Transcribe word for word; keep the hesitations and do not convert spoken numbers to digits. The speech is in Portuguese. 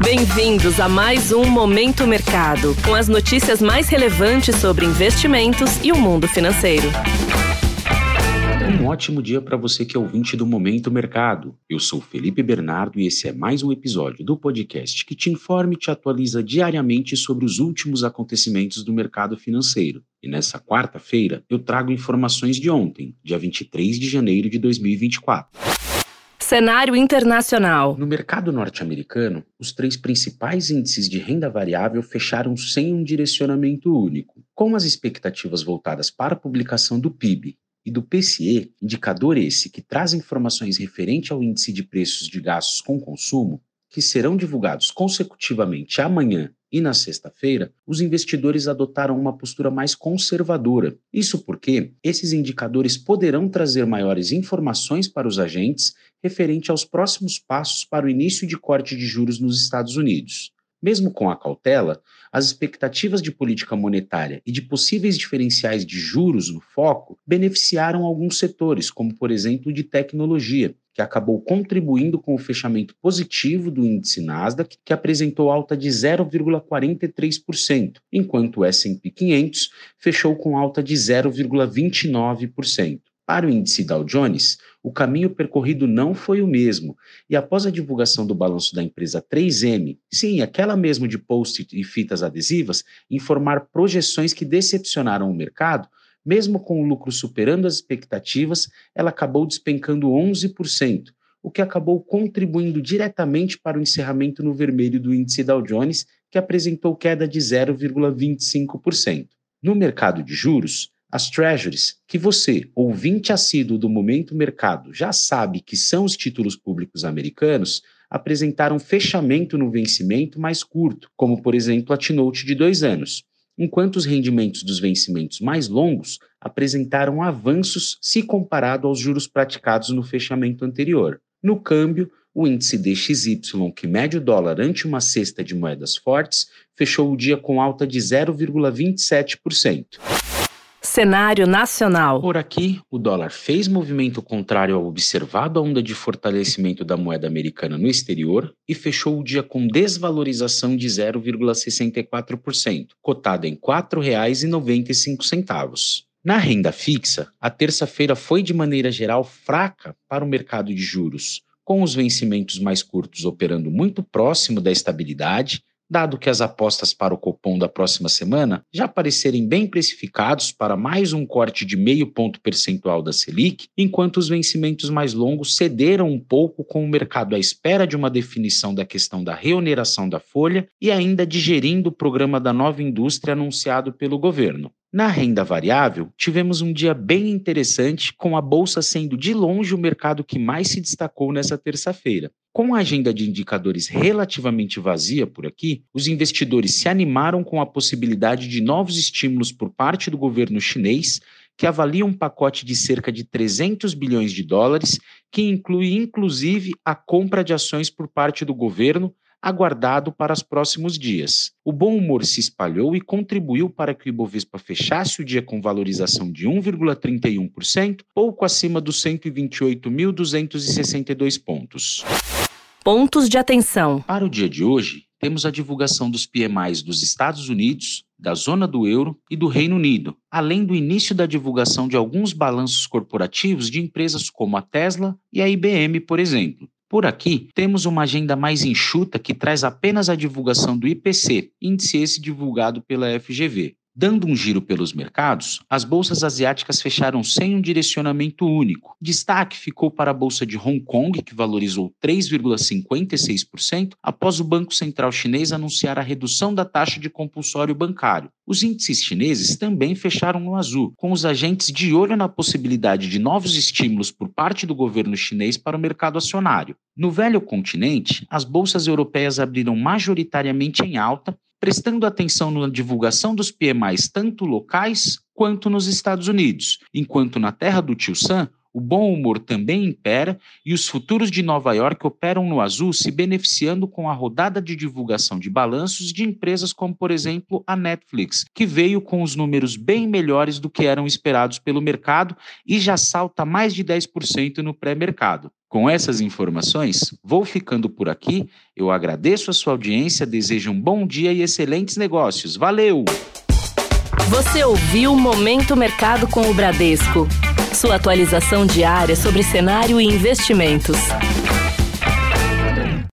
Bem-vindos a mais um Momento Mercado, com as notícias mais relevantes sobre investimentos e o mundo financeiro. Um ótimo dia para você que é ouvinte do Momento Mercado. Eu sou Felipe Bernardo e esse é mais um episódio do podcast que te informa e te atualiza diariamente sobre os últimos acontecimentos do mercado financeiro. E nessa quarta-feira eu trago informações de ontem, dia vinte e três de janeiro de dois mil e vinte e quatro. Cenário internacional. No mercado norte-americano, os três principais índices de renda variável fecharam sem um direcionamento único, com as expectativas voltadas para a publicação do P I B e do P C E, indicador esse que traz informações referente ao índice de preços de gastos com consumo, que serão divulgados consecutivamente amanhã e na sexta-feira, os investidores adotaram uma postura mais conservadora. Isso porque esses indicadores poderão trazer maiores informações para os agentes referente aos próximos passos para o início de corte de juros nos Estados Unidos. Mesmo com a cautela, as expectativas de política monetária e de possíveis diferenciais de juros no foco beneficiaram alguns setores, como por exemplo o de tecnologia, que acabou contribuindo com o fechamento positivo do índice Nasdaq, que apresentou alta de zero vírgula quarenta e três por cento, enquanto o S e P quinhentos fechou com alta de zero vírgula vinte e nove por cento. Para o índice Dow Jones, o caminho percorrido não foi o mesmo, e após a divulgação do balanço da empresa três M, sim, aquela mesmo de post-it e fitas adesivas, informar projeções que decepcionaram o mercado, mesmo com o lucro superando as expectativas, ela acabou despencando onze por cento, o que acabou contribuindo diretamente para o encerramento no vermelho do índice Dow Jones, que apresentou queda de zero vírgula vinte e cinco por cento. No mercado de juros, as Treasuries, que você, ouvinte assíduo do Momento Mercado, já sabe que são os títulos públicos americanos, apresentaram fechamento no vencimento mais curto, como por exemplo a T-Note de dois anos, enquanto os rendimentos dos vencimentos mais longos apresentaram avanços se comparado aos juros praticados no fechamento anterior. No câmbio, o índice D X Y, que mede o dólar ante uma cesta de moedas fortes, fechou o dia com alta de zero vírgula vinte e sete por cento. Cenário nacional. Por aqui, o dólar fez movimento contrário ao observado à onda de fortalecimento da moeda americana no exterior e fechou o dia com desvalorização de zero vírgula sessenta e quatro por cento, cotada em quatro reais e noventa e cinco centavos. Na renda fixa, a terça-feira foi de maneira geral fraca para o mercado de juros, com os vencimentos mais curtos operando muito próximo da estabilidade, dado que as apostas para o Copom da próxima semana já parecerem bem precificados para mais um corte de meio ponto percentual da Selic, enquanto os vencimentos mais longos cederam um pouco com o mercado à espera de uma definição da questão da reoneração da folha e ainda digerindo o programa da nova indústria anunciado pelo governo. Na renda variável, tivemos um dia bem interessante, com a Bolsa sendo de longe o mercado que mais se destacou nessa terça-feira. Com a agenda de indicadores relativamente vazia por aqui, os investidores se animaram com a possibilidade de novos estímulos por parte do governo chinês, que avalia um pacote de cerca de trezentos bilhões de dólares, que inclui inclusive a compra de ações por parte do governo, aguardado para os próximos dias. O bom humor se espalhou e contribuiu para que o Ibovespa fechasse o dia com valorização de um vírgula trinta e um por cento, pouco acima dos cento e vinte e oito mil duzentos e sessenta e dois pontos. Pontos de atenção. Para o dia de hoje, temos a divulgação dos P M Is dos Estados Unidos, da zona do euro e do Reino Unido, além do início da divulgação de alguns balanços corporativos de empresas como a Tesla e a I B M, por exemplo. Por aqui, temos uma agenda mais enxuta que traz apenas a divulgação do I P C, índice esse divulgado pela F G V. Dando um giro pelos mercados, as bolsas asiáticas fecharam sem um direcionamento único. Destaque ficou para a bolsa de Hong Kong, que valorizou três vírgula cinquenta e seis por cento após o Banco Central Chinês anunciar a redução da taxa de compulsório bancário. Os índices chineses também fecharam no azul, com os agentes de olho na possibilidade de novos estímulos por parte do governo chinês para o mercado acionário. No velho continente, as bolsas europeias abriram majoritariamente em alta, prestando atenção na divulgação dos P M Is tanto locais quanto nos Estados Unidos, enquanto na terra do Tio Sam, O bom humor também impera e os futuros de Nova York operam no azul, se beneficiando com a rodada de divulgação de balanços de empresas como, por exemplo, a Netflix, que veio com os números bem melhores do que eram esperados pelo mercado e já salta mais de dez por cento no pré-mercado. Com essas informações, vou ficando por aqui. Eu agradeço a sua audiência, desejo um bom dia e excelentes negócios. Valeu! Você ouviu Momento Mercado com o Bradesco. Sua atualização diária sobre cenário e investimentos.